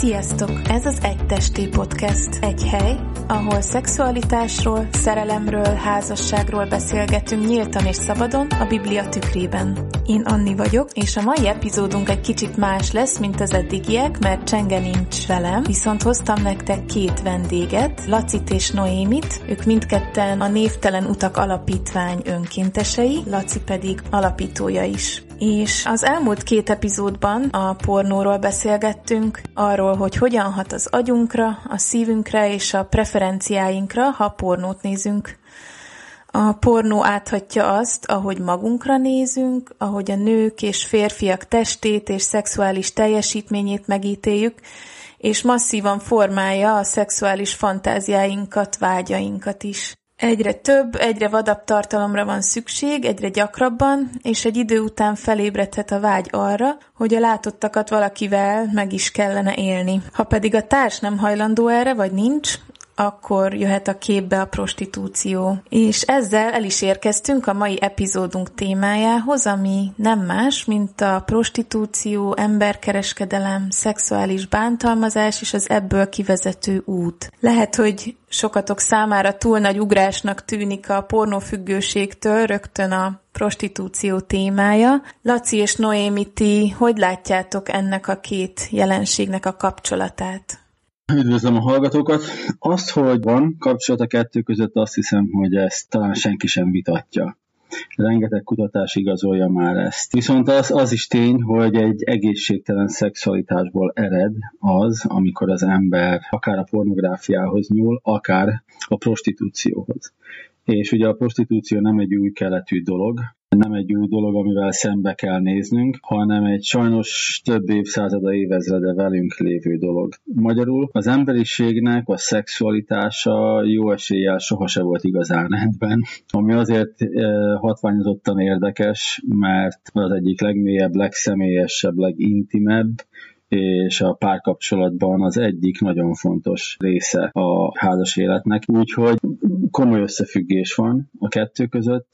Sziasztok! Ez az Egy Testé Podcast. Egy hely, ahol szexualitásról, szerelemről, házasságról beszélgetünk nyíltan és szabadon a Biblia tükrében. Én Anni vagyok, és a mai epizódunk egy kicsit más lesz, mint az eddigiek, mert Csenge nincs velem, viszont hoztam nektek két vendéget, Lacit és Noémit. Ők mindketten a Névtelen Utak Alapítvány önkéntesei, Laci pedig alapítója is. És az elmúlt két epizódban a pornóról beszélgettünk, arról, hogy hogyan hat az agyunkra, a szívünkre és a preferenciáinkra, ha pornót nézünk. A pornó áthatja azt, ahogy magunkra nézünk, ahogy a nők és férfiak testét és szexuális teljesítményét megítéljük, és masszívan formálja a szexuális fantáziáinkat, vágyainkat is. Egyre több, egyre vadabb tartalomra van szükség, egyre gyakrabban, és egy idő után felébredhet a vágy arra, hogy a látottakat valakivel meg is kellene élni. Ha pedig a társ nem hajlandó erre, vagy nincs, akkor jöhet a képbe a prostitúció. És ezzel el is érkeztünk a mai epizódunk témájához, ami nem más, mint a prostitúció, emberkereskedelem, szexuális bántalmazás és az ebből kivezető út. Lehet, hogy sokatok számára túl nagy ugrásnak tűnik a pornófüggőségtől rögtön a prostitúció témája. Laci és Noémi, ti hogy látjátok ennek a két jelenségnek a kapcsolatát? Üdvözlöm a hallgatókat! Azt, hogy van kapcsolat a kettő között, azt hiszem, hogy ezt talán senki sem vitatja. Rengeteg kutatás igazolja már ezt. Viszont az is tény, hogy egy egészségtelen szexualitásból ered az, amikor az ember akár a pornográfiához nyúl, akár a prostitúcióhoz. És ugye a prostitúció nem egy új keletű dolog, nem egy új dolog, amivel szembe kell néznünk, hanem egy sajnos több évszázada, évezrede velünk lévő dolog. Magyarul az emberiségnek a szexualitása jó eséllyel sohasem volt igazán rendben, ami azért hatványozottan érdekes, mert az egyik legmélyebb, legszemélyesebb, legintimebb, és a párkapcsolatban az egyik nagyon fontos része a házas életnek. Úgyhogy komoly összefüggés van a kettő között,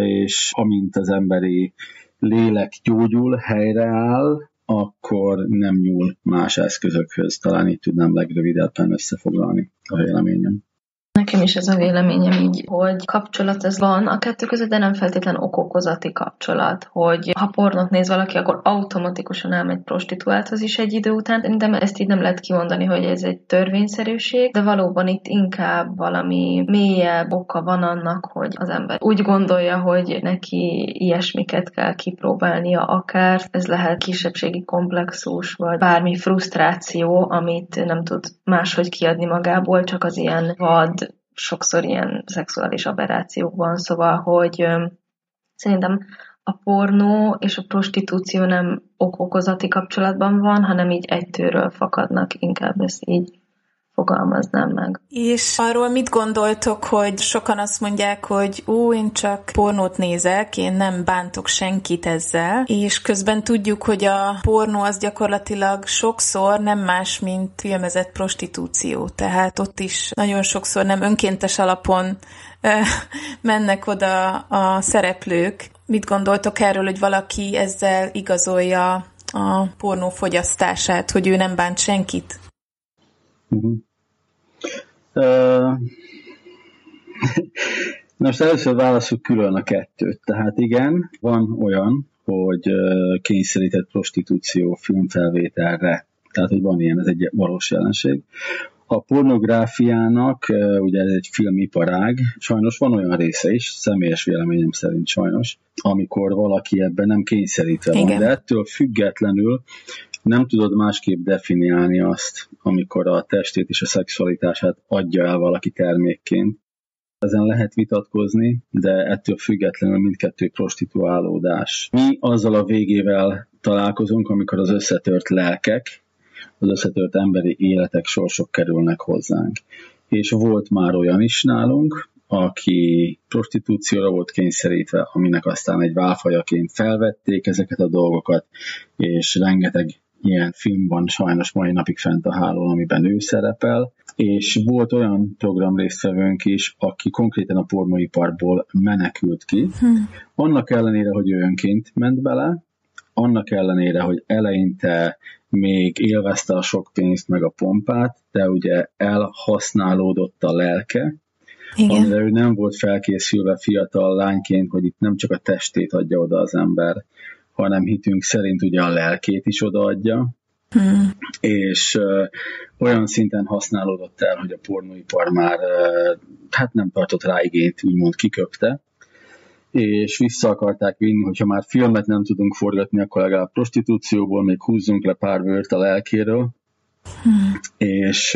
és amint az emberi lélek gyógyul, helyreáll, akkor nem nyúl más eszközökhöz. Talán így tudnám legrövidebben összefoglalni a véleményem. Nekem is ez a véleményem így, hogy kapcsolat ez van a kettő között, de nem feltétlen ok-okozati kapcsolat, hogy ha pornót néz valaki, akkor automatikusan elmegy prostituálthoz is egy idő után, de ezt így nem lehet kimondani, hogy ez egy törvényszerűség, de valóban itt inkább valami mélyebb oka van annak, hogy az ember úgy gondolja, hogy neki ilyesmiket kell kipróbálnia, akár ez lehet kisebbségi komplexus, vagy bármi frusztráció, amit nem tud máshogy kiadni magából, csak az ilyen vad, sokszor ilyen szexuális aberrációkban, szóval, hogy szerintem a pornó és a prostitúció nem ok-okozati kapcsolatban van, hanem így egy tőről fakadnak, inkább ezt így fogalmaznám meg. És arról mit gondoltok, hogy sokan azt mondják, hogy én csak pornót nézek, én nem bántok senkit ezzel, és közben tudjuk, hogy a pornó az gyakorlatilag sokszor nem más, mint filmezett prostitúció, tehát ott is nagyon sokszor nem önkéntes alapon mennek oda a szereplők. Mit gondoltok erről, hogy valaki ezzel igazolja a pornó fogyasztását, hogy ő nem bánt senkit? Most először válaszuk külön a kettőt. Tehát igen, van olyan, hogy kényszerített prostitúció filmfelvételre. Tehát, hogy van ilyen, ez egy valós jelenség. A pornográfiának, ugye ez egy filmiparág, sajnos van olyan része is, személyes véleményem szerint sajnos, amikor valaki ebben nem kényszerítve van, de ettől függetlenül nem tudod másképp definiálni azt, amikor a testét és a szexualitását adja el valaki termékként. Ezen lehet vitatkozni, de ettől függetlenül mindkettő prostituálódás. Mi azzal a végével találkozunk, amikor az összetört lelkek, az összetört emberi életek, sorsok kerülnek hozzánk. És volt már olyan is nálunk, aki prostitúcióra volt kényszerítve, aminek aztán egy válfajaként felvették ezeket a dolgokat, és rengeteg ilyen film van sajnos mai napig fent a hálón, amiben ő szerepel, és volt olyan program résztvevőnk is, aki konkrétan a pornóiparból menekült ki, annak ellenére, hogy ő önként ment bele, annak ellenére, hogy eleinte még élvezte a sok pénzt meg a pompát, de ugye elhasználódott a lelke, Igen. amire ő nem volt felkészülve fiatal lányként, hogy itt nem csak a testét adja oda az ember, hanem hitünk szerint ugye a lelkét is odaadja, és olyan szinten használódott el, hogy a pornóipar már hát nem tartott rá igényt, úgymond kiköpte, és vissza akarták vinni, hogyha már filmet nem tudunk forgatni, akkor legalább prostitúcióból még húzzunk le pár vört a lelkéről, és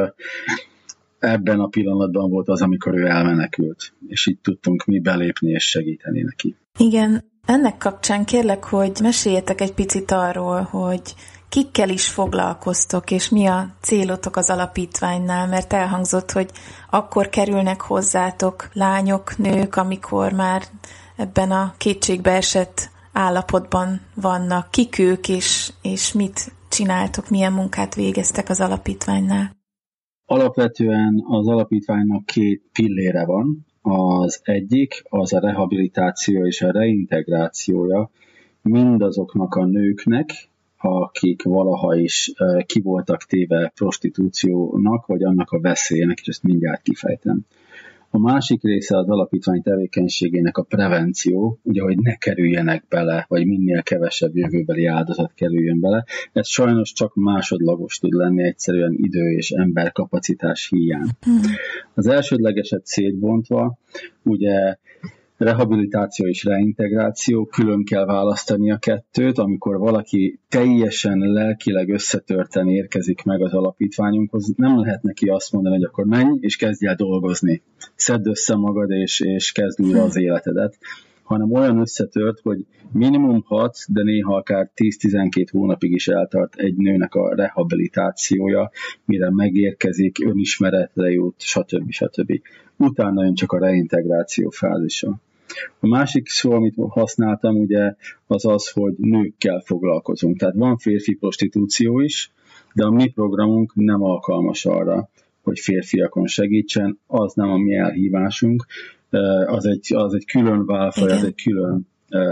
ebben a pillanatban volt az, amikor ő elmenekült, és így tudtunk mi belépni és segíteni neki. Igen, ennek kapcsán kérlek, hogy meséljetek egy picit arról, hogy kikkel is foglalkoztok, és mi a célotok az alapítványnál, mert elhangzott, hogy akkor kerülnek hozzátok lányok, nők, amikor már ebben a kétségbeesett állapotban vannak. Kik ők, és mit csináltok, milyen munkát végeztek az alapítványnál? Alapvetően az alapítványnak 2 pillére van. Az egyik, az a rehabilitáció és a reintegrációja mindazoknak a nőknek, akik valaha is ki voltak téve prostitúciónak, vagy annak a veszélyének, és ezt mindjárt kifejtem. A másik része az alapítvány tevékenységének a prevenció, ugye, hogy ne kerüljenek bele, vagy minél kevesebb jövőbeli áldozat kerüljön bele. Ez sajnos csak másodlagos tud lenni, egyszerűen idő és emberkapacitás hiány. Az elsődlegeset szétbontva, ugye rehabilitáció és reintegráció, külön kell választani a kettőt, amikor valaki teljesen lelkileg összetörten érkezik meg az alapítványunkhoz, nem lehet neki azt mondani, hogy akkor menj és kezdj el dolgozni. Szedd össze magad és kezd újra az életedet, hanem olyan összetört, hogy minimum 6, de néha akár 10-12 hónapig is eltart egy nőnek a rehabilitációja, mire megérkezik, önismeretre jut, stb. Utána jön csak a reintegráció fázisa. A másik szó, amit használtam, ugye, az, hogy nőkkel foglalkozunk. Tehát van férfi prostitúció is, de a mi programunk nem alkalmas arra, hogy férfiakon segítsen, az nem a mi elhívásunk, az egy külön válfaj, az egy külön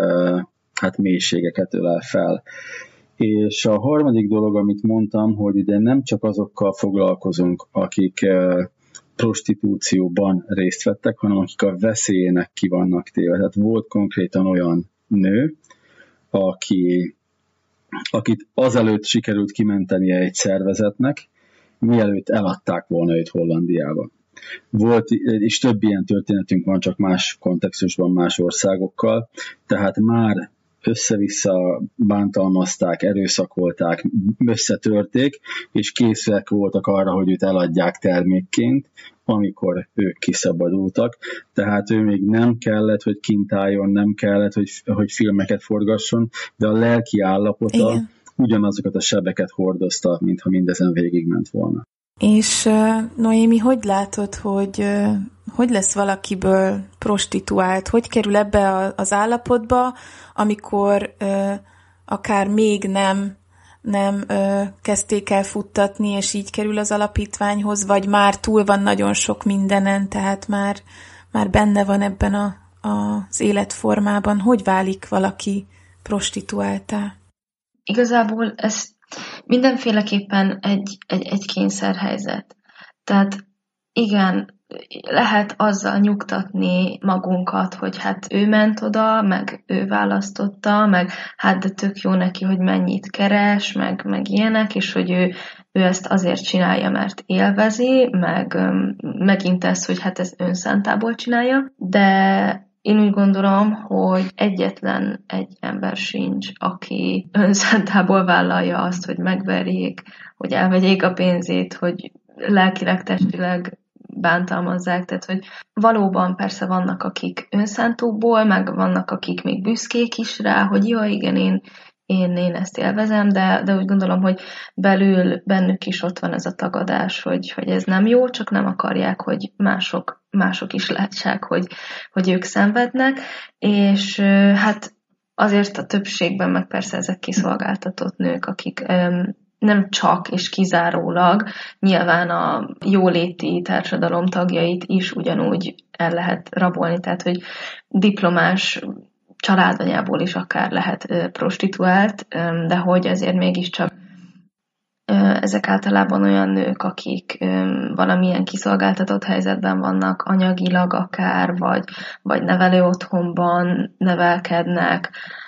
mélységeket ölel fel. És a harmadik dolog, amit mondtam, hogy ugye nem csak azokkal foglalkozunk, akik prostitúcióban részt vettek, hanem akik a veszélyének ki vannak téve. Tehát volt konkrétan olyan nő, akit azelőtt sikerült kimentenie egy szervezetnek, mielőtt eladták volna őt Hollandiába. Volt, és több ilyen történetünk van, csak más kontextusban, más országokkal, tehát már össze-vissza bántalmazták, erőszakolták, összetörték, és készek voltak arra, hogy őt eladják termékként, amikor ők kiszabadultak. Tehát ő még nem kellett, hogy kint álljon, nem kellett, hogy filmeket forgasson, de a lelki állapota ugyanazokat a sebeket hordozta, mintha mindezen végigment volna. És Noémi, hogy látod, hogy lesz valakiből prostituált? Hogy kerül ebbe az állapotba, amikor akár még nem kezdték el futtatni, és így kerül az alapítványhoz, vagy már túl van nagyon sok mindenen, tehát már benne van ebben az életformában. Hogy válik valaki prostituáltá? Igazából ez mindenféleképpen egy kényszerhelyzet. Tehát igen, lehet azzal nyugtatni magunkat, hogy hát ő ment oda, meg ő választotta, meg hát de tök jó neki, hogy mennyit keres, meg ilyenek, és hogy ő ezt azért csinálja, mert élvezi, meg megint ez, hogy hát ez önszántából csinálja, de én úgy gondolom, hogy egyetlen egy ember sincs, aki önszántából vállalja azt, hogy megverjék, hogy elvegyék a pénzét, hogy lelkileg, testileg bántalmazzák. Tehát, hogy valóban persze vannak, akik önszántóból, meg vannak, akik még büszkék is rá, hogy jó, igen, én ezt élvezem, de úgy gondolom, hogy belül bennük is ott van ez a tagadás, hogy ez nem jó, csak nem akarják, hogy mások is látsák, hogy ők szenvednek, és hát azért a többségben meg persze ezek kiszolgáltatott nők, akik nem csak és kizárólag nyilván a jóléti társadalom tagjait is ugyanúgy el lehet rabolni, tehát hogy diplomás családanyából is akár lehet prostituált, de hogy azért mégiscsak ezek általában olyan nők, akik valamilyen kiszolgáltatott helyzetben vannak, anyagilag akár, vagy nevelő otthonban nevelkednek,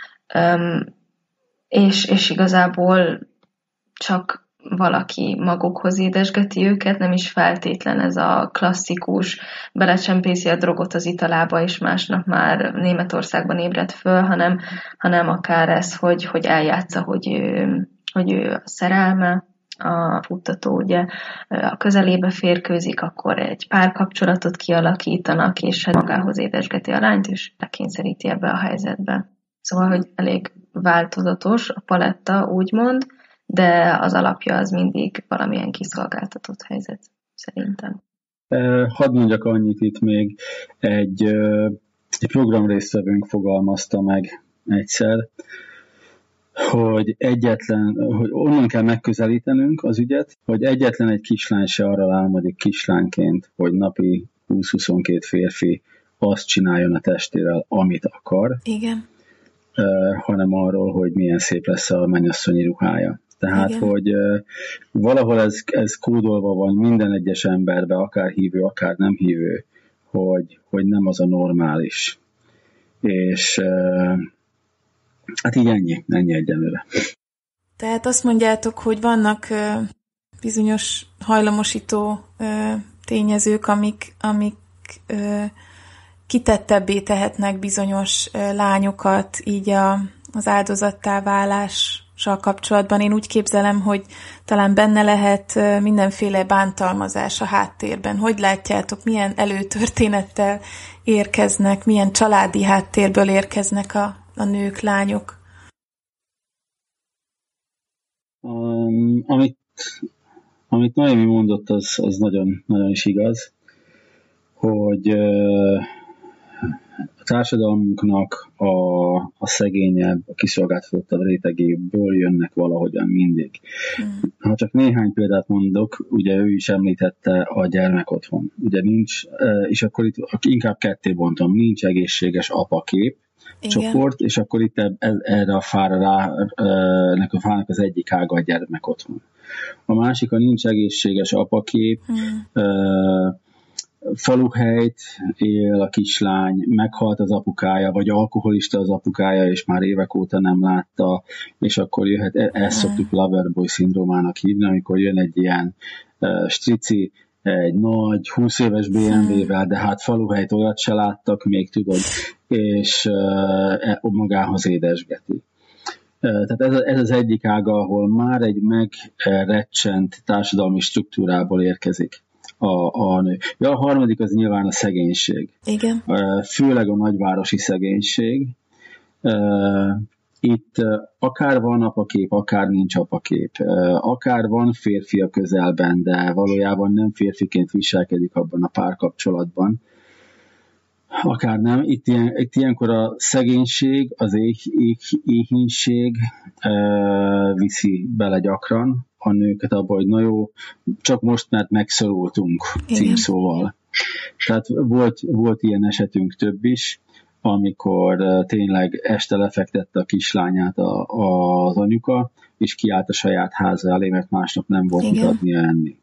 és igazából csak valaki magukhoz édesgeti őket, nem is feltétlen ez a klasszikus, belecsempészi a drogot az italába, és másnap már Németországban ébred föl, hanem akár ez, hogy eljátsza, hogy ő a szerelme, a futtató ugye a közelébe férkőzik, akkor egy párkapcsolatot kialakítanak, és magához édesgeti a lányt, és lekényszeríti ebbe a helyzetbe. Szóval, hogy elég változatos a paletta, úgymond, de az alapja az mindig valamilyen kiszolgáltatott helyzet, szerintem. Hadd mondjak annyit itt még, egy programrésztvevőnk fogalmazta meg egyszer, hogy onnan kell megközelítenünk az ügyet, hogy egyetlen egy kislány se arra álmodik kislányként, hogy napi 20-22 férfi azt csináljon a testével, amit akar. Igen. Hanem arról, hogy milyen szép lesz a mennyasszonyi ruhája. Tehát, igen, hogy valahol ez kódolva van minden egyes emberbe, akár hívő, akár nem hívő, hogy nem az a normális. És hát így ennyi egyenlőre. Tehát azt mondjátok, hogy vannak bizonyos hajlamosító tényezők, amik kitettebbé tehetnek bizonyos lányokat így az áldozattá válással kapcsolatban. Én úgy képzelem, hogy talán benne lehet mindenféle bántalmazás a háttérben. Hogy látjátok, milyen előtörténettel érkeznek, milyen családi háttérből érkeznek a nők, lányok? Amit Noémi mondott, az nagyon, nagyon is igaz, hogy a társadalmunknak a szegényebb, a kiszolgáltatottabb rétegéből jönnek valahogyan mindig. Ha csak néhány példát mondok, ugye ő is említette a gyermekotthon. Ugye nincs, és akkor itt inkább ketté bontom, nincs egészséges apakép, csoport, és akkor itt erre a fának az egyik ága a gyermekotthon. A másik, a nincs egészséges apakép, faluhelyt él a kislány, meghalt az apukája, vagy alkoholista az apukája, és már évek óta nem látta, és akkor jöhet, ezt szoktuk Loverboy szindrómának hívni, amikor jön egy ilyen strici, egy nagy, 20 éves BMW-vel, de hát faluhelyt olyat se láttak, még tudod, és magához édesgeti. Tehát ez az egyik ága, ahol már egy megrecsent társadalmi struktúrából érkezik a nő. Ja, a harmadik az nyilván a szegénység. Igen. Főleg a nagyvárosi szegénység. Itt akár van apakép, akár nincs apakép. Akár van férfi a közelben, de valójában nem férfiként viselkedik abban a párkapcsolatban. Akár nem. Itt ilyenkor a szegénység, az éhínség viszi bele gyakran a nőket abba, hogy na jó, csak most, mert megszorultunk címszóval. Tehát volt ilyen esetünk több is, amikor tényleg este lefektette a kislányát az anyuka, és kiállt a saját háza elé, mert másnap nem volt mit adnia enni.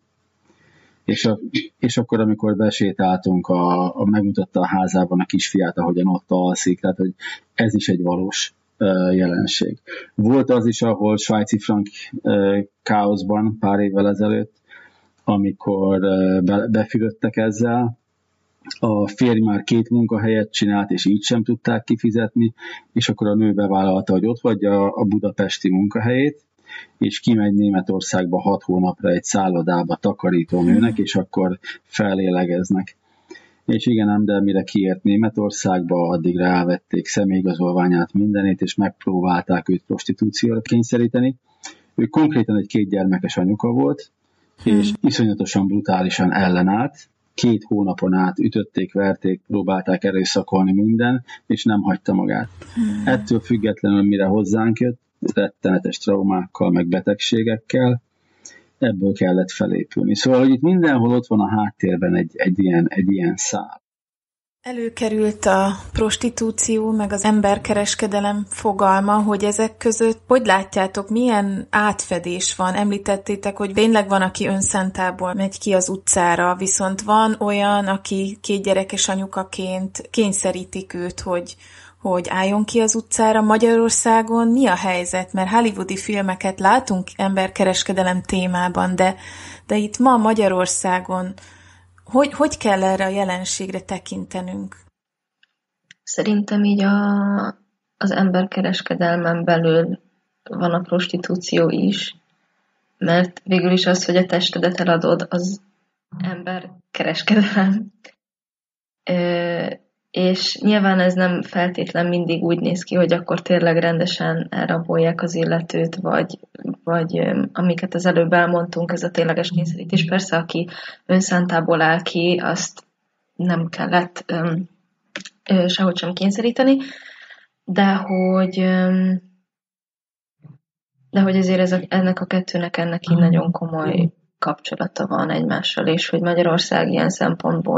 És akkor, amikor besétáltunk, megmutatta a házában a kisfiát, ahogyan ott alszik, tehát hogy ez is egy valós jelenség. Volt az is, ahol svájci frank káoszban pár évvel ezelőtt, amikor befülöttek ezzel, a férj már 2 munkahelyet csinált, és így sem tudták kifizetni, és akkor a nő bevállalta, hogy ott hagyja a budapesti munkahelyét, és kimegy Németországba 6 hónapra egy szállodába takarítónőnek, és akkor felélegeznek. És igen, de mire kiért Németországba, addigra elvették személyigazolványát, mindenét, és megpróbálták őt prostitúcióra kényszeríteni. Ő konkrétan egy 2 gyermekes anyuka volt, és iszonyatosan brutálisan ellenállt. 2 hónapon át ütötték, verték, próbálták erőszakolni minden, és nem hagyta magát. Ettől függetlenül, mire hozzánk jött, rettenetes traumákkal, meg betegségekkel, ebből kellett felépülni. Szóval, hogy itt mindenhol ott van a háttérben egy ilyen szál. Előkerült a prostitúció, meg az emberkereskedelem fogalma, hogy ezek között, hogy látjátok, milyen átfedés van? Említettétek, hogy tényleg van, aki önszántából megy ki az utcára, viszont van olyan, aki 2 gyerekes anyukaként kényszerítik őt, hogy álljon ki az utcára. Magyarországon mi a helyzet? Mert hollywoodi filmeket látunk emberkereskedelem témában, de itt ma Magyarországon hogy kell erre a jelenségre tekintenünk? Szerintem így az emberkereskedelmen belül van a prostitúció is, mert végül is az, hogy a testedet eladod, az emberkereskedelem. És nyilván ez nem feltétlen mindig úgy néz ki, hogy akkor tényleg rendesen elrabolják az illetőt, vagy amiket az előbb elmondtunk, ez a tényleges kényszerítés. Persze, aki önszántából áll ki, azt nem kellett sehogy sem kényszeríteni, de hogy azért ennek a kettőnek így nagyon komoly kapcsolata van egymással, és hogy Magyarország ilyen szempontból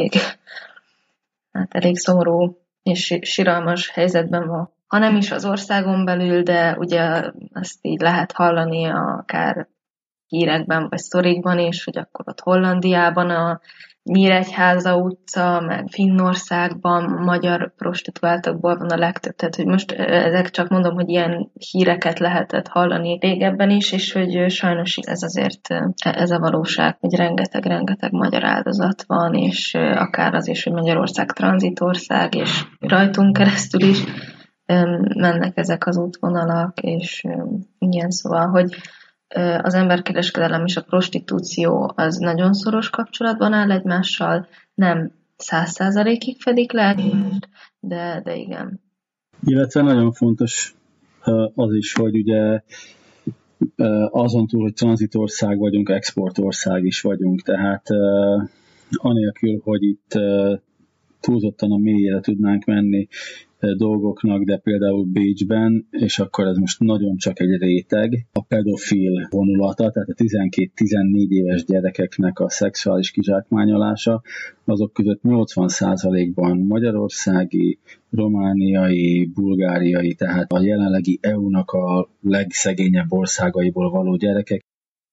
elég szomorú és siralmas helyzetben van. Ha nem is az országon belül, de ugye ezt így lehet hallani akár hírekben vagy sztorikban is, hogy akkor ott Hollandiában a Nyíregyháza utca, meg Finnországban magyar prostituáltakból van a legtöbb. Tehát, hogy most ezek csak mondom, hogy ilyen híreket lehetett hallani régebben is, és hogy sajnos ez a valóság, hogy rengeteg magyar áldozat van, és akár az is, hogy Magyarország tranzitország, és rajtunk keresztül is mennek ezek az útvonalak, és ilyen, szóval, hogy az emberkereskedelem és a prostitúció az nagyon szoros kapcsolatban áll egymással, nem 100%-ig fedik le, de igen. Illetve nagyon fontos az is, hogy ugye azon túl, hogy tranzitország vagyunk, exportország is vagyunk, tehát anélkül, hogy itt túlzottan a mélyére tudnánk menni dolgoknak, de például Bécsben, és akkor ez most nagyon csak egy réteg, a pedofil vonulata, tehát a 12-14 éves gyerekeknek a szexuális kizsákmányolása, azok között 80%-ban magyarországi, romániai, bulgáriai, tehát a jelenlegi EU-nak a legszegényebb országaiból való gyerekek.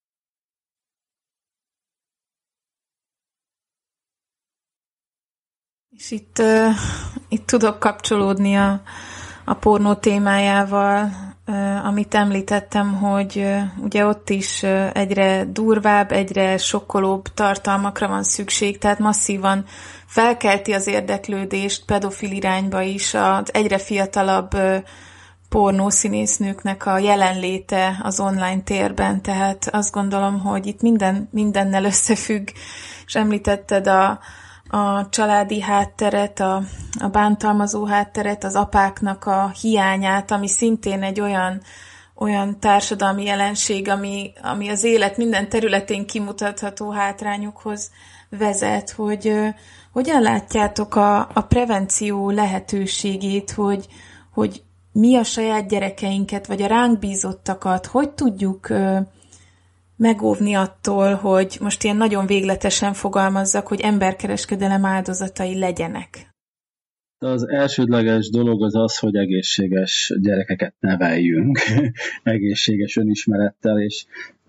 És itt tudok kapcsolódni a pornó témájával, amit említettem, hogy ugye ott is egyre durvább, egyre sokkolóbb tartalmakra van szükség, tehát masszívan felkelti az érdeklődést pedofil irányba is az egyre fiatalabb pornószínésznőknek a jelenléte az online térben, tehát azt gondolom, hogy itt mindennel összefügg, és említetted a családi hátteret, a bántalmazó hátteret, az apáknak a hiányát, ami szintén egy olyan társadalmi jelenség, ami az élet minden területén kimutatható hátrányokhoz vezet, hogy hogyan látjátok a prevenció lehetőségét, hogy mi a saját gyerekeinket, vagy a ránk bízottakat, hogy tudjuk megóvni attól, hogy most ilyen nagyon végletesen fogalmazzak, hogy emberkereskedelem áldozatai legyenek. Az elsődleges dolog az, hogy egészséges gyerekeket neveljünk, egészséges önismerettel, és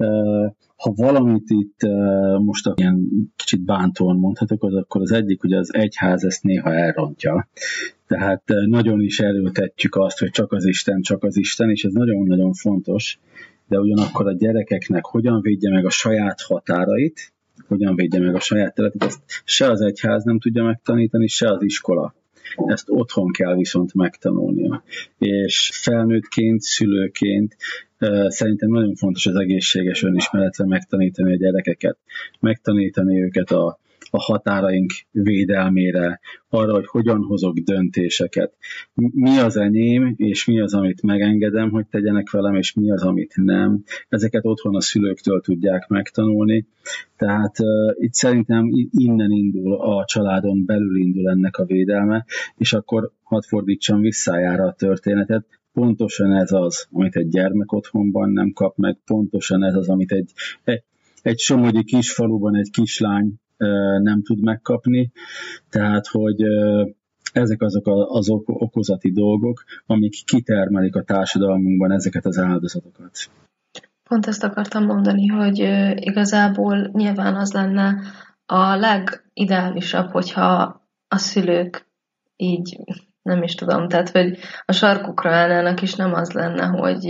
ha valamit itt most ilyen kicsit bántóan mondhatok, akkor az egyik, hogy az egyház ezt néha elrontja. Tehát nagyon is erőltetjük azt, hogy csak az Isten, és ez nagyon-nagyon fontos, de ugyanakkor a gyerekeknek hogyan védje meg a saját határait, hogyan védje meg a saját területet, ezt se az egyház nem tudja megtanítani, se az iskola. Ezt otthon kell viszont megtanulnia. És felnőttként, szülőként szerintem nagyon fontos az egészséges önismeretre megtanítani a gyerekeket, megtanítani őket a határaink védelmére, arra, hogy hogyan hozok döntéseket. Mi az enyém, és mi az, amit megengedem, hogy tegyenek velem, és mi az, amit nem. Ezeket otthon a szülőktől tudják megtanulni. Tehát itt szerintem innen indul, a családon belül indul ennek a védelme, és akkor hadd fordítsam visszájára a történetet. Pontosan ez az, amit egy gyermek otthonban nem kap meg, pontosan ez az, amit egy somogyi kisfaluban egy kislány nem tud megkapni. Tehát, hogy ezek azok az okozati dolgok, amik kitermelik a társadalmunkban ezeket az áldozatokat. Pont ezt akartam mondani, hogy igazából nyilván az lenne a legideálisabb, hogyha a szülők így, nem is tudom, tehát hogy a sarkukra állnának, és nem az lenne,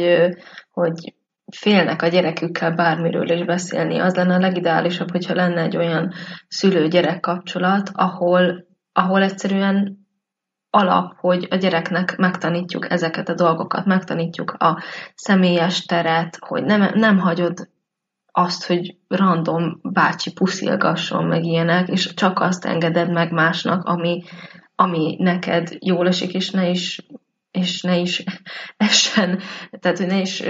hogy félnek a gyerekükkel bármiről is beszélni. Az lenne a legideálisabb, hogyha lenne egy olyan szülő-gyerek kapcsolat, ahol egyszerűen alap, hogy a gyereknek megtanítjuk ezeket a dolgokat, megtanítjuk a személyes teret, hogy nem hagyod azt, hogy random bácsi puszilgasson, meg ilyenek, és csak azt engeded meg másnak, ami neked jól esik, és ne is essen, tehát hogy ne is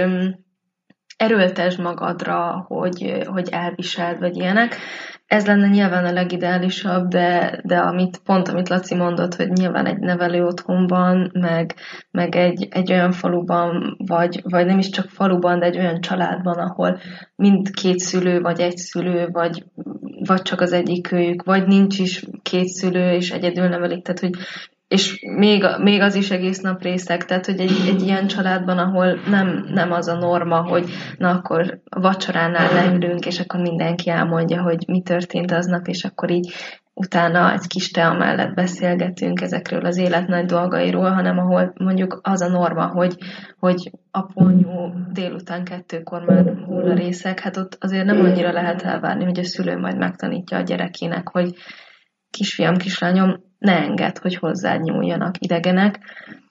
erőltesd magadra, hogy elviseld, vagy ilyenek. Ez lenne nyilván a legideálisabb, de amit Laci mondott, hogy nyilván egy nevelő otthonban, meg egy olyan faluban, vagy nem is csak faluban, de egy olyan családban, ahol mindkét szülő, vagy egy szülő, vagy csak az egyik őjük, vagy nincs is két szülő, és egyedül nevelik, tehát hogy és még az is egész nap részeg, tehát hogy egy ilyen családban, ahol nem az a norma, hogy na akkor vacsoránál leülünk, és akkor mindenki elmondja, hogy mi történt aznap, és akkor így utána egy kis tea mellett beszélgetünk ezekről az élet nagy dolgairól, hanem ahol mondjuk az a norma, hogy aponyú délután 2-kor már hull a részeg, hát ott azért nem annyira lehet elvárni, hogy a szülő majd megtanítja a gyerekének, hogy kisfiam, kislányom, ne engedd, hogy hozzád nyúljanak idegenek,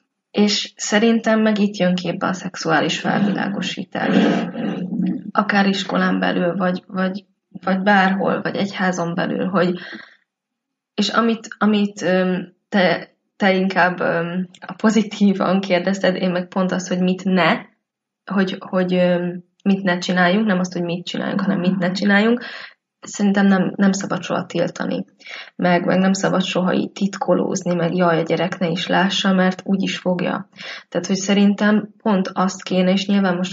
és szerintem meg itt jön képbe a szexuális felvilágosítás. Akár iskolán belül, vagy bárhol, vagy egyházon belül, hogy és amit te inkább a pozitívan kérdezted, én meg pont az, hogy mit ne, hogy mit ne csináljunk, nem azt, hogy mit csináljunk, hanem mit ne csináljunk. Szerintem nem szabad soha tiltani, meg nem szabad soha így titkolózni, meg jaj, a gyerek ne is lássa, mert úgy is fogja. Tehát, hogy szerintem pont azt kéne, és nyilván most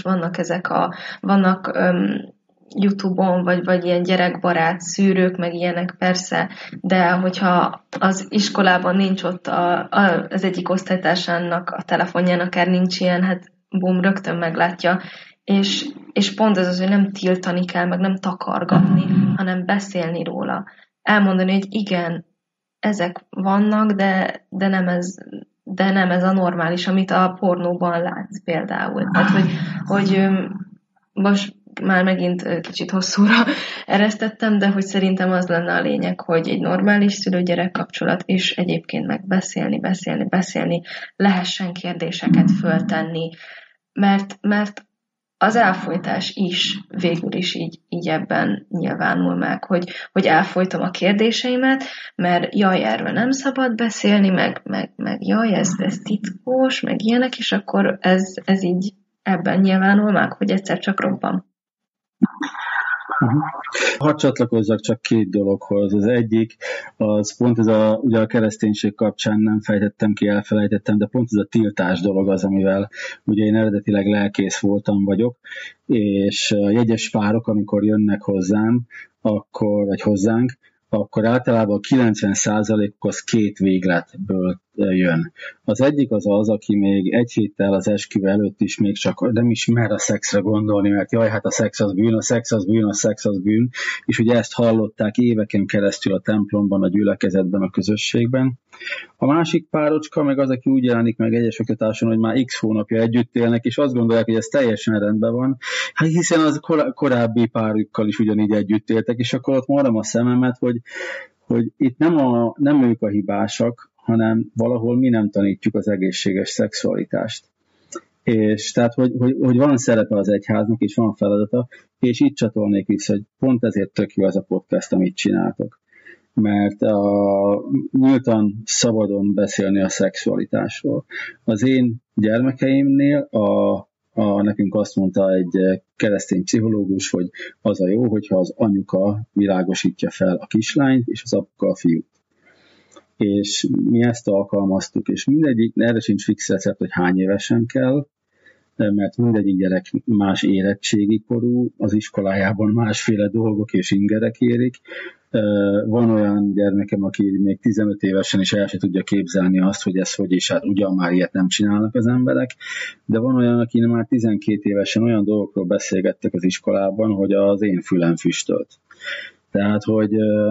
vannak YouTube-on, vagy ilyen gyerekbarát szűrők, meg ilyenek persze, de hogyha az iskolában nincs ott az egyik osztálytársának a telefonján, akár nincs ilyen, hát bum, rögtön meglátja, és pont ez az, hogy nem tiltani kell, meg nem takargatni, hanem beszélni róla. Elmondani, hogy igen, ezek vannak, de nem ez a normális, amit a pornóban látsz például. Tehát, hogy most már megint kicsit hosszúra eresztettem, de hogy szerintem az lenne a lényeg, hogy egy normális szülő-gyerek kapcsolat, és egyébként meg beszélni, lehessen kérdéseket föltenni, mert az elfojtás is végül is így ebben nyilvánul meg, hogy elfojtom a kérdéseimet, mert jaj, erről nem szabad beszélni, meg jaj, ez titkos, meg ilyenek, és akkor ez így ebben nyilvánul meg, hogy egyszer csak robban. Hadd csatlakozzak csak 2 dologhoz. Az egyik, az pont ez ugye a kereszténység kapcsán nem fejtettem ki, elfelejtettem, de pont ez a tiltás dolog az, amivel ugye én eredetileg lelkész vagyok, és jegyes párok, amikor jönnek hozzánk, akkor általában a 90%-uk az 2 végletből jön. Az egyik az, aki még 1 héttel az esküvő előtt is még csak nem is mer a szexre gondolni, mert jaj, hát a szex az bűn, és ugye ezt hallották éveken keresztül a templomban, a gyülekezetben, a közösségben. A másik párocska meg az, aki úgy jelenik meg egyes oktatáson, hogy már x hónapja együtt élnek, és azt gondolják, hogy ez teljesen rendben van, hát hiszen az korábbi párukkal is ugyanígy együtt éltek, és akkor ott maradom a szememet, hogy itt nem ők a hibásak, hanem valahol mi nem tanítjuk az egészséges szexualitást. És tehát, hogy van szerepe az egyháznak, és van feladata, és itt csatolnék vissza, hogy pont ezért tök jó az a podcast, amit csináltok. Mert nyíltan szabadon beszélni a szexualitásról. Az én gyermekeimnél nekünk azt mondta egy keresztény pszichológus, hogy az a jó, hogyha az anyuka világosítja fel a kislányt, és az apuka a fiút. És mi ezt alkalmaztuk, és mindegyik, erre sincs fix recept, hogy hány évesen kell, mert mindegyik gyerek más érettségi korú, az iskolájában másféle dolgok és ingerek érik, Van olyan gyermekem, aki még 15 évesen is el se tudja képzelni azt, hogy ez hogy is, hát ugyan már ilyet nem csinálnak az emberek, de van olyan, aki már 12 évesen olyan dolgokról beszélgettek az iskolában, hogy az én fülem füstölt. Tehát, hogy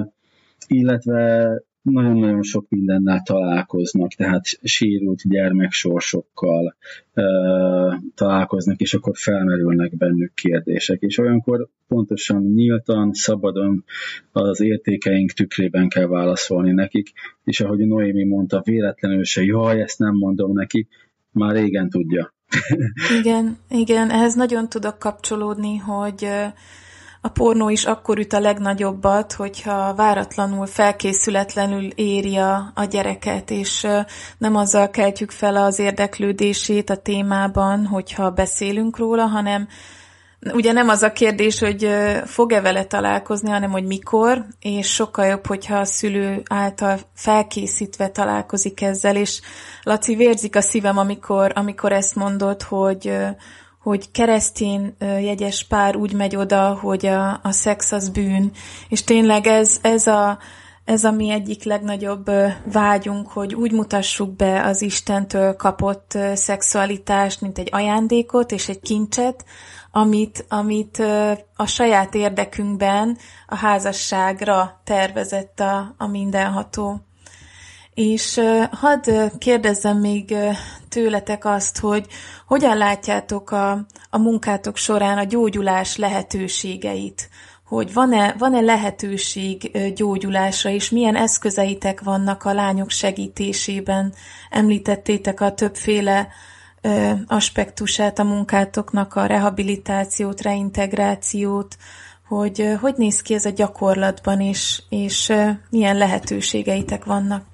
illetve nagyon-nagyon sok mindennel találkoznak, tehát sérült gyermeksorsokkal találkoznak, és akkor felmerülnek bennük kérdések. És olyankor pontosan nyíltan, szabadon az értékeink tükrében kell válaszolni nekik, és ahogy Noémi mondta, véletlenül se, jaj, ezt nem mondom neki, már régen tudja. Igen, ehhez nagyon tudok kapcsolódni, hogy a pornó is akkor üt a legnagyobbat, hogyha váratlanul, felkészületlenül éri a gyereket, és nem azzal keltjük fel az érdeklődését a témában, hogyha beszélünk róla, hanem ugye nem az a kérdés, hogy fog-e vele találkozni, hanem hogy mikor, és sokkal jobb, hogyha a szülő által felkészítve találkozik ezzel, és Laci, vérzik a szívem, amikor ezt mondod, hogy keresztény jegyes pár úgy megy oda, hogy a szex az bűn, és tényleg ez a mi egyik legnagyobb vágyunk, hogy úgy mutassuk be az Istentől kapott szexualitást, mint egy ajándékot és egy kincset, amit a saját érdekünkben a házasságra tervezett a mindenható. És hadd kérdezzem még tőletek azt, hogy hogyan látjátok a munkátok során a gyógyulás lehetőségeit, hogy van-e lehetőség gyógyulásra, és milyen eszközeitek vannak a lányok segítésében. Említettétek a többféle aspektusát a munkátoknak, a rehabilitációt, reintegrációt, hogy néz ki ez a gyakorlatban, és milyen lehetőségeitek vannak?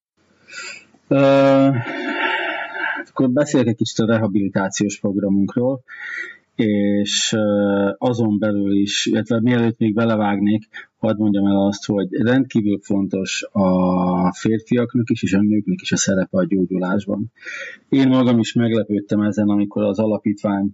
Akkor beszélek egy kicsit a rehabilitációs programunkról, és azon belül is, illetve mielőtt még belevágnék, hadd mondjam el azt, hogy rendkívül fontos a férfiaknak is, és a nőknek is a szerepe a gyógyulásban. Én magam is meglepődtem ezen, amikor az alapítvány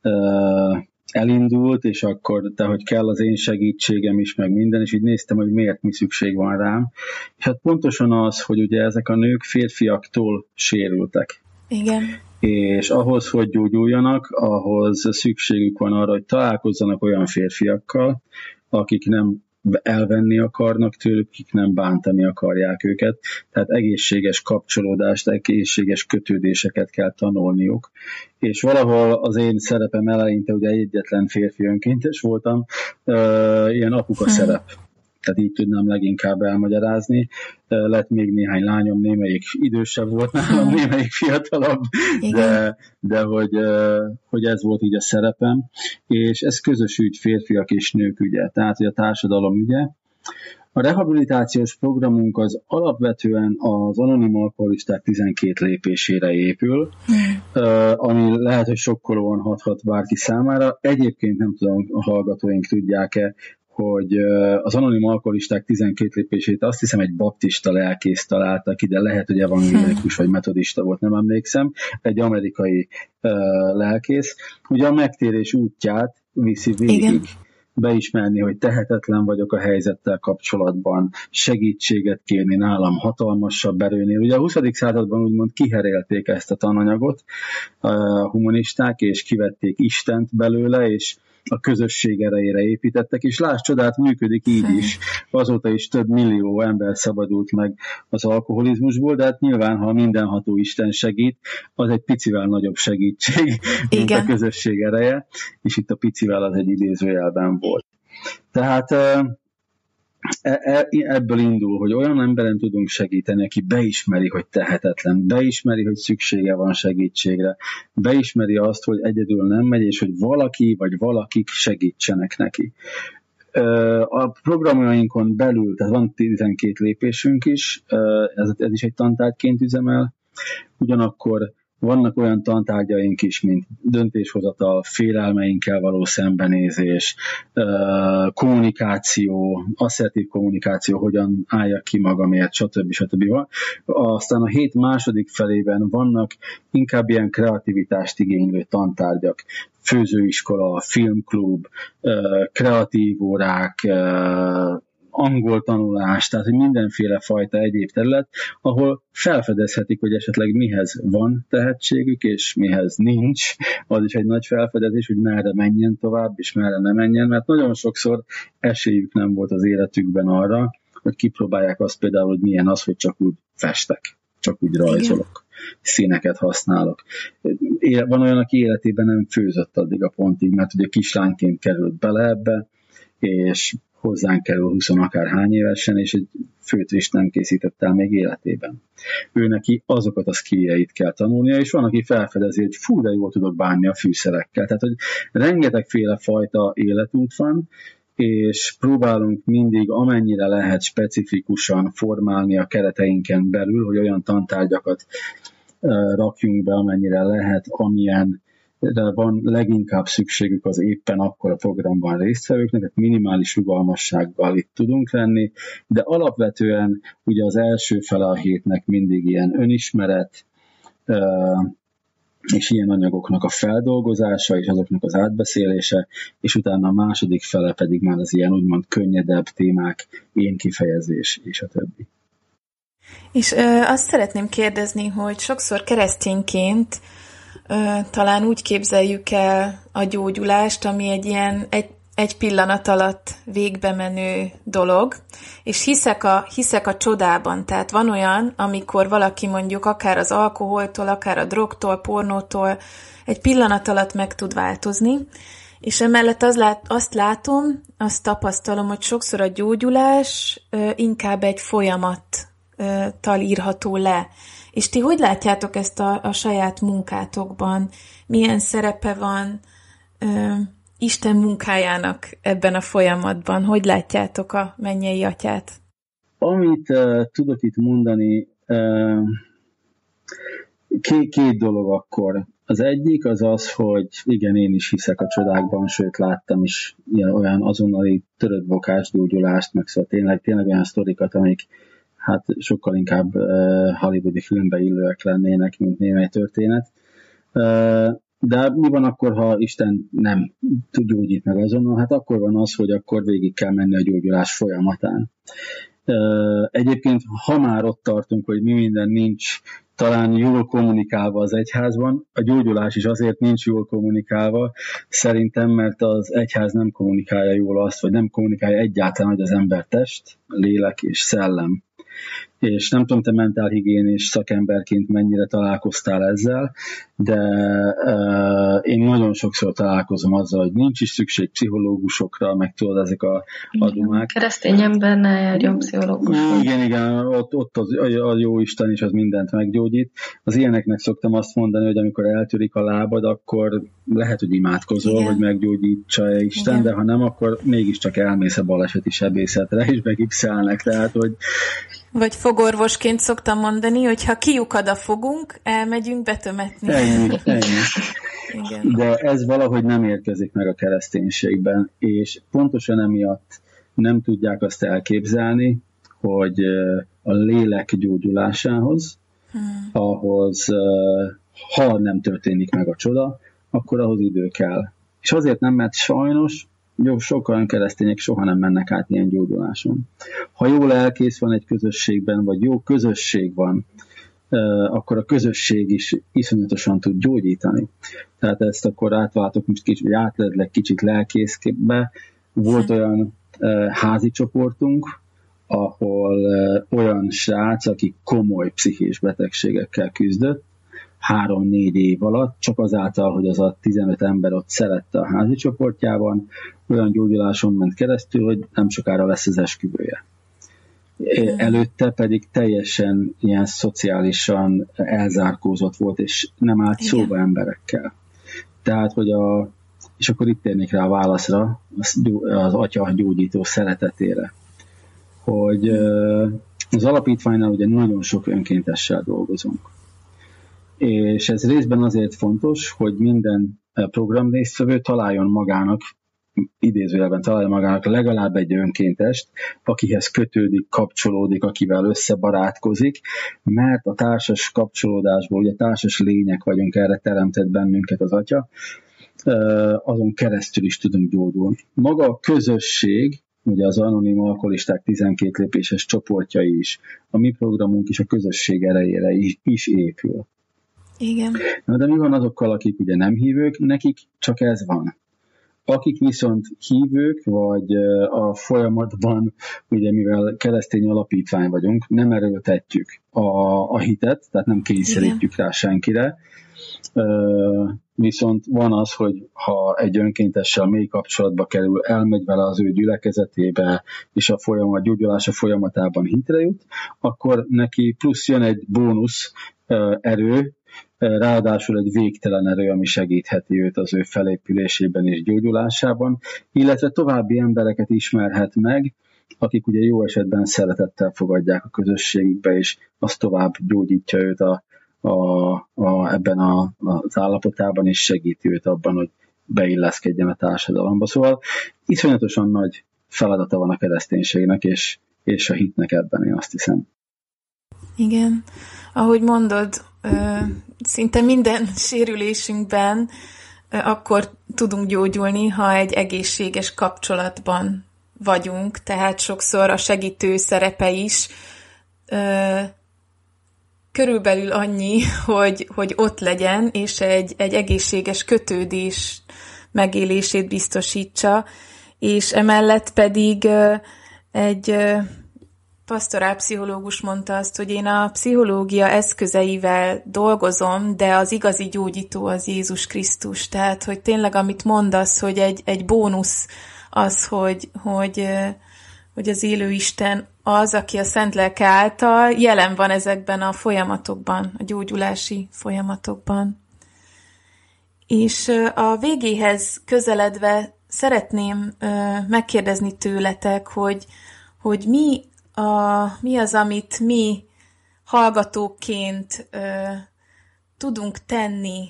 elindult, és akkor, de hogy kell az én segítségem is, meg minden, és így néztem, hogy miért mi szükség van rám. És hát pontosan az, hogy ugye ezek a nők férfiaktól sérültek. Igen. És ahhoz, hogy gyógyuljanak, ahhoz szükségük van arra, hogy találkozzanak olyan férfiakkal, akik nem elvenni akarnak tőlük, akik nem bántani akarják őket. Tehát egészséges kapcsolódást, egészséges kötődéseket kell tanulniuk. És valahol az én szerepem eleinte, ugye egyetlen férfi önkéntes voltam, ilyen apuka szerep. Tehát így tudnám leginkább elmagyarázni. Lett még néhány lányom, némelyik idősebb volt nálam, némelyik fiatalabb, de hogy ez volt így a szerepem. És ez közös ügy, férfiak és nők ügye, tehát hogy a társadalom ügye. A rehabilitációs programunk az alapvetően az anonim alkoholisták 12 lépésére épül, ami lehet, hogy sokkolóan hathat bárki számára. Egyébként nem tudom, a hallgatóink tudják-e, hogy az anonim alkoholisták 12 lépését azt hiszem egy baptista lelkész találta ki, de lehet, hogy evangélikus vagy metodista volt, nem emlékszem, egy amerikai lelkész. Ugye a megtérés útját viszi végig. Igen. Beismerni, hogy tehetetlen vagyok a helyzettel kapcsolatban, segítséget kérni nálam hatalmasabb erőnél. Ugye a 20. században úgymond kiherélték ezt a tananyagot a humanisták, és kivették Istent belőle, és a közösség erejére építettek, és láss csodát, működik így is. Azóta is több millió ember szabadult meg az alkoholizmusból, de hát nyilván, ha mindenható Isten segít, az egy picivel nagyobb segítség, mint a közösség ereje, és itt a picivel az egy idézőjelben volt. Tehát ebből indul, hogy olyan emberen tudunk segíteni, aki beismeri, hogy tehetetlen, beismeri, hogy szüksége van segítségre, beismeri azt, hogy egyedül nem megy, és hogy valaki vagy valakik segítsenek neki. A programjainkon belül, tehát van 12 lépésünk is, ez is egy tantárgyként üzemel, ugyanakkor vannak olyan tantárgyaink is, mint döntéshozatal, félelmeinkkel való szembenézés, kommunikáció, asszertív kommunikáció, hogyan álljak ki magamért, stb. Aztán a hét második felében vannak inkább ilyen kreativitást igénylő tantárgyak, főzőiskola, filmklub, kreatív órák, angol tanulás, tehát hogy mindenféle fajta egyéb terület, ahol felfedezhetik, hogy esetleg mihez van tehetségük, és mihez nincs. Az is egy nagy felfedezés, hogy merre menjen tovább, és merre ne menjen, mert nagyon sokszor esélyük nem volt az életükben arra, hogy kipróbálják azt például, hogy milyen az, hogy csak úgy festek, csak úgy rajzolok, színeket használok. Van olyan, aki életében nem főzött addig a pontig, mert ugye kislányként került bele ebbe, és hozzánk kerül 20 akárhány évesen, és egy főtrist nem készített el még életében. Ő neki azokat a skilljeit kell tanulnia, és van, aki felfedezi, hogy fú, de jól tudok bánni a fűszerekkel. Tehát, hogy rengetegféle fajta életút van, és próbálunk mindig amennyire lehet specifikusan formálni a kereteinken belül, hogy olyan tantárgyakat rakjunk be, amennyire lehet, amilyen van leginkább szükségük az éppen akkor a programban résztvevőknek, tehát minimális rugalmassággal itt tudunk lenni, de alapvetően ugye az első fele a hétnek mindig ilyen önismeret, és ilyen anyagoknak a feldolgozása, és azoknak az átbeszélése, és utána a második fele pedig már az ilyen úgymond könnyedebb témák, én kifejezés, és a többi. És azt szeretném kérdezni, hogy sokszor keresztényként talán úgy képzeljük el a gyógyulást, ami egy ilyen egy pillanat alatt végbe menő dolog, és hiszek a csodában. Tehát van olyan, amikor valaki mondjuk akár az alkoholtól, akár a drogtól, pornótól egy pillanat alatt meg tud változni, és emellett azt látom, azt tapasztalom, hogy sokszor a gyógyulás inkább egy folyamattal írható le. És ti hogy látjátok ezt a saját munkátokban? Milyen szerepe van Isten munkájának ebben a folyamatban? Hogy látjátok a mennyei atyát? Amit tudok itt mondani, két dolog akkor. Az egyik az az, hogy igen, én is hiszek a csodákban, sőt láttam is olyan azonnali törött bokás gyógyulást, meg szóval tényleg olyan sztorikat, amik hát sokkal inkább hollywoodi filmbe illőek lennének, mint némely történet. De mi van akkor, ha Isten nem tud gyógyít meg azonnal? Hát akkor van az, hogy akkor végig kell menni a gyógyulás folyamatán. Egyébként, ha már ott tartunk, hogy mi minden nincs talán jól kommunikálva az egyházban, a gyógyulás is azért nincs jól kommunikálva, szerintem, mert az egyház nem kommunikálja jól azt, vagy nem kommunikálja egyáltalán, hogy az ember test, lélek és szellem. És nem tudom, te mentálhigiénés szakemberként mennyire találkoztál ezzel, de én nagyon sokszor találkozom azzal, hogy nincs is szükség pszichológusokra, meg tudod, ezek a dumák. Keresztény ember ne járjon pszichológusra. Igen, ott a jó Isten is az mindent meggyógyít. Az ilyeneknek szoktam azt mondani, hogy amikor eltörik a lábad, akkor lehet, hogy imádkozol, igen, hogy meggyógyítsa Isten, igen, de ha nem, akkor mégiscsak elmész a baleseti sebészetre, és begipszelnek, tehát, hogy vagy fogorvosként szoktam mondani, hogy ha kiukad a fogunk, elmegyünk betömetni. Ennyi. Igen. De ez valahogy nem érkezik meg a kereszténységben, és pontosan emiatt nem tudják azt elképzelni, hogy a lélek gyógyulásához, ahhoz, ha nem történik meg a csoda, akkor ahhoz idő kell. És azért nem, mert sajnos sokan keresztények soha nem mennek át ilyen gyógyuláson. Ha jó lelkész van egy közösségben, vagy jó közösség van, akkor a közösség is iszonyatosan tud gyógyítani. Tehát ezt akkor átváltok most kicsit, vagy átledlek kicsit lelkészbe. Volt olyan házi csoportunk, ahol olyan srác, aki komoly pszichés betegségekkel küzdött, 3-4 év alatt, csak azáltal, hogy az a 15 ember ott szerette a házi csoportjában, olyan gyógyuláson ment keresztül, hogy nem sokára lesz az esküvője. Előtte pedig teljesen ilyen szociálisan elzárkózott volt, és nem állt szóba emberekkel. Tehát, hogy és akkor itt térnék rá a válaszra, az atya gyógyító szeretetére, hogy az alapítványnál ugye nagyon sok önkéntessel dolgozunk. És ez részben azért fontos, hogy minden programrésztvevő találjon magának legalább egy önkéntest, akihez kötődik, kapcsolódik, akivel összebarátkozik, mert a társas kapcsolódásból, ugye társas lények vagyunk, erre teremtett bennünket az atya, azon keresztül is tudunk gyógyulni. Maga a közösség ugye az Anonim Alkoholisták 12 lépéses csoportja is, a mi programunk is a közösség erejére is épül. Igen. Na, de mi van azokkal, akik ugye nem hívők, nekik csak ez van. Akik viszont hívők, vagy a folyamatban, ugye mivel keresztény alapítvány vagyunk, nem erőltetjük a hitet, tehát nem kényszerítjük rá senkire, viszont van az, hogy ha egy önkéntessel mély kapcsolatba kerül, elmegy vele az ő gyülekezetébe, és a gyógyulása folyamatában hitre jut, akkor neki plusz jön egy bónusz erő, ráadásul egy végtelen erő, ami segítheti őt az ő felépülésében és gyógyulásában, illetve további embereket ismerhet meg, akik ugye jó esetben szeretettel fogadják a közösségükbe, és az tovább gyógyítja őt ebben az állapotában, és segíti őt abban, hogy beilleszkedjen a társadalomba. Szóval iszonyatosan nagy feladata van a kereszténységnek, és a hitnek ebben, én azt hiszem. Igen. Ahogy mondod, szinte minden sérülésünkben akkor tudunk gyógyulni, ha egy egészséges kapcsolatban vagyunk, tehát sokszor a segítő szerepe is körülbelül annyi, hogy ott legyen, és egy egészséges kötődés megélését biztosítsa, és emellett pedig egy pastorálpszichológus mondta azt, hogy én a pszichológia eszközeivel dolgozom, de az igazi gyógyító az Jézus Krisztus. Tehát, hogy tényleg, amit mondasz, hogy egy bónusz az, hogy az élő Isten az, aki a Szent Lelke által jelen van ezekben a folyamatokban, a gyógyulási folyamatokban. És a végéhez közeledve szeretném megkérdezni tőletek, hogy mi az, amit mi hallgatóként tudunk tenni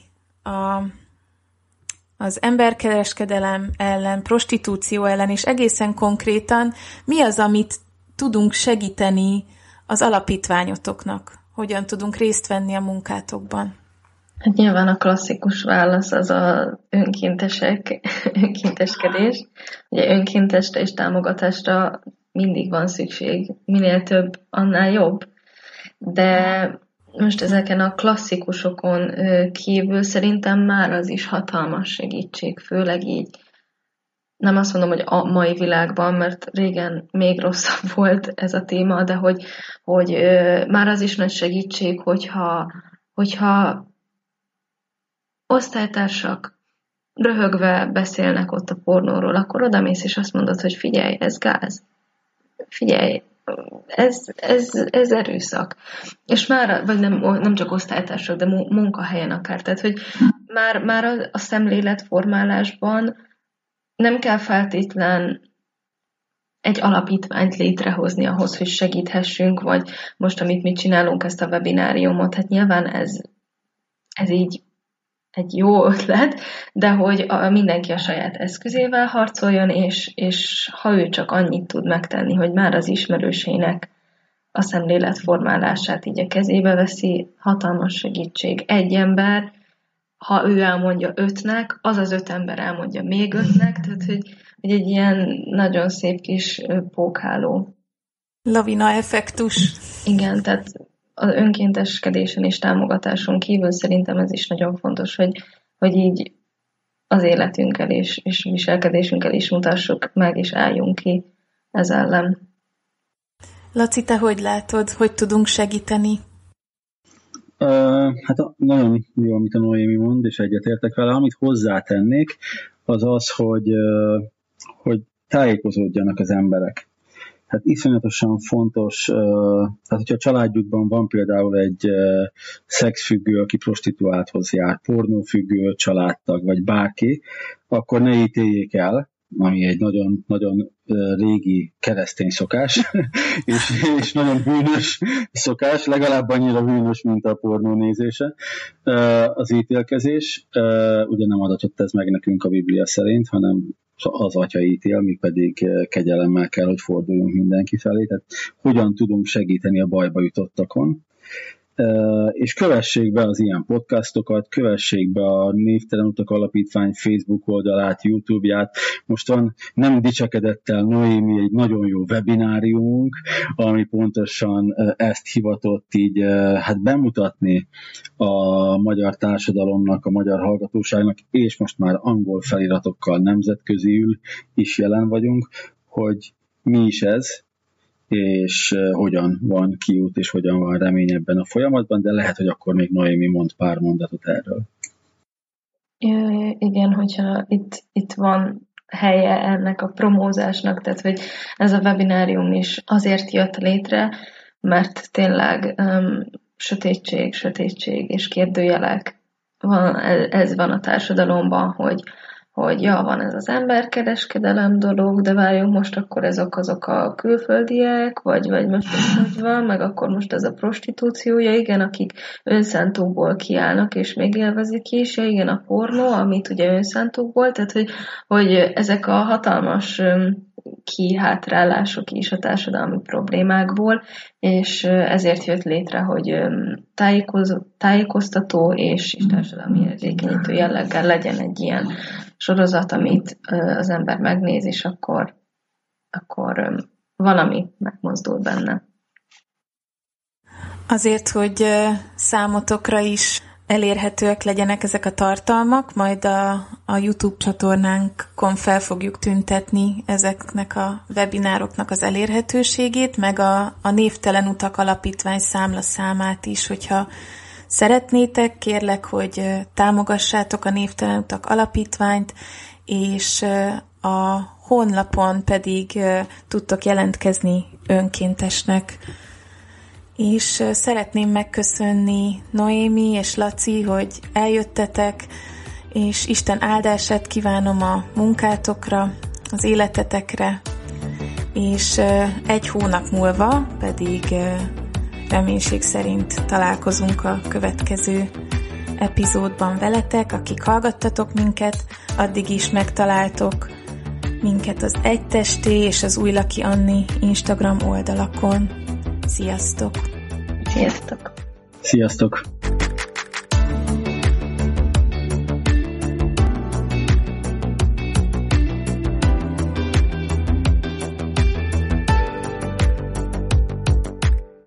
az emberkereskedelem ellen, prostitúció ellen, és egészen konkrétan mi az, amit tudunk segíteni az alapítványotoknak? Hogyan tudunk részt venni a munkátokban? Hát nyilván a klasszikus válasz az az önkénteskedés. Ugye önkéntesre és támogatásra mindig van szükség. Minél több, annál jobb. De most ezeken a klasszikusokon kívül szerintem már az is hatalmas segítség, főleg így. Nem azt mondom, hogy a mai világban, mert régen még rosszabb volt ez a téma, de hogy már az is nagy segítség, hogyha osztálytársak röhögve beszélnek ott a pornóról, akkor odamész és azt mondod, hogy figyelj, ez gáz. Figyelj, ez erőszak. És már, vagy nem csak osztálytársak, de munkahelyen akár. Tehát, hogy már a szemléletformálásban nem kell feltétlen egy alapítványt létrehozni ahhoz, hogy segíthessünk, vagy most, amit mi csinálunk, ezt a webináriumot, hát nyilván ez így egy jó ötlet, de hogy mindenki a saját eszközével harcoljon, és ha ő csak annyit tud megtenni, hogy már az ismerősének a szemléletformálását így a kezébe veszi, hatalmas segítség. Egy ember, ha ő elmondja 5-nek, az 5 ember elmondja még 5-nek, tehát hogy egy ilyen nagyon szép kis pókháló. Lavina effektus. Igen, tehát az önkénteskedésen és támogatáson kívül szerintem ez is nagyon fontos, hogy így az életünkkel és viselkedésünkkel is mutassuk meg, és álljunk ki ez ellen. Laci, te hogy látod, hogy tudunk segíteni? Hát nagyon jó, amit a Noémi mond, és egyetértek vele. Amit hozzátennék, az az, hogy tájékozódjanak az emberek. Hát iszonyatosan fontos, tehát hogyha a családjukban van például egy szexfüggő, aki prostituálthoz jár, pornófüggő családtag, vagy bárki, akkor ne ítéljék el, ami egy nagyon, nagyon régi keresztény szokás, és nagyon bűnös szokás, legalább annyira bűnös, mint a pornó nézése, az ítélkezés. Ugye nem adatott ez meg nekünk a Biblia szerint, hanem az Atya ítél, mi pedig kegyelemmel kell, hogy forduljunk mindenki felé. Tehát hogyan tudunk segíteni a bajba jutottakon. és kövessék be az ilyen podcastokat, kövessék be a Névtelen Utak Alapítvány Facebook oldalát, YouTube-ját. Most van nem dicsekedettel Noémi egy nagyon jó webináriumunk, ami pontosan ezt hivatott így bemutatni a magyar társadalomnak, a magyar hallgatóságnak, és most már angol feliratokkal nemzetköziül is jelen vagyunk, hogy mi is ez, és hogyan van kiút, és hogyan van remény ebben a folyamatban, de lehet, hogy akkor még Noémi mond pár mondatot erről. Igen, hogyha itt van helye ennek a promózásnak, tehát hogy ez a webinárium is azért jött létre, mert tényleg sötétség és kérdőjelek ez van a társadalomban, hogy van ez az emberkereskedelem dolog, de várjunk most akkor azok a külföldiek, vagy most hogy van, meg akkor most ez a prostitúciója, igen, akik önszántukból kiállnak, és még élvezik is, igen, a pornó, amit ugye önszántukból, tehát hogy ezek a hatalmas kihátrálások is a társadalmi problémákból, és ezért jött létre, hogy tájékoztató és társadalmi érzékenyítő jelleggel legyen egy ilyen sorozat, amit az ember megnéz, és akkor valami megmozdul benne. Azért, hogy számotokra is elérhetőek legyenek ezek a tartalmak, majd a YouTube csatornánkon fel fogjuk tüntetni ezeknek a webinároknak az elérhetőségét, meg a Névtelen Utak Alapítvány számlaszámát is, hogyha szeretnétek, kérlek, hogy támogassátok a Névtelen Utak Alapítványt, és a honlapon pedig tudtok jelentkezni önkéntesnek. És szeretném megköszönni Noémi és Laci, hogy eljöttetek, és Isten áldását kívánom a munkátokra, az életetekre, és egy hónap múlva pedig reménység szerint találkozunk a következő epizódban veletek, akik hallgattatok minket, addig is megtaláltok minket az Egytesté és az Újlaki Anni Instagram oldalakon. Sziasztok! Sziasztok! Sziasztok!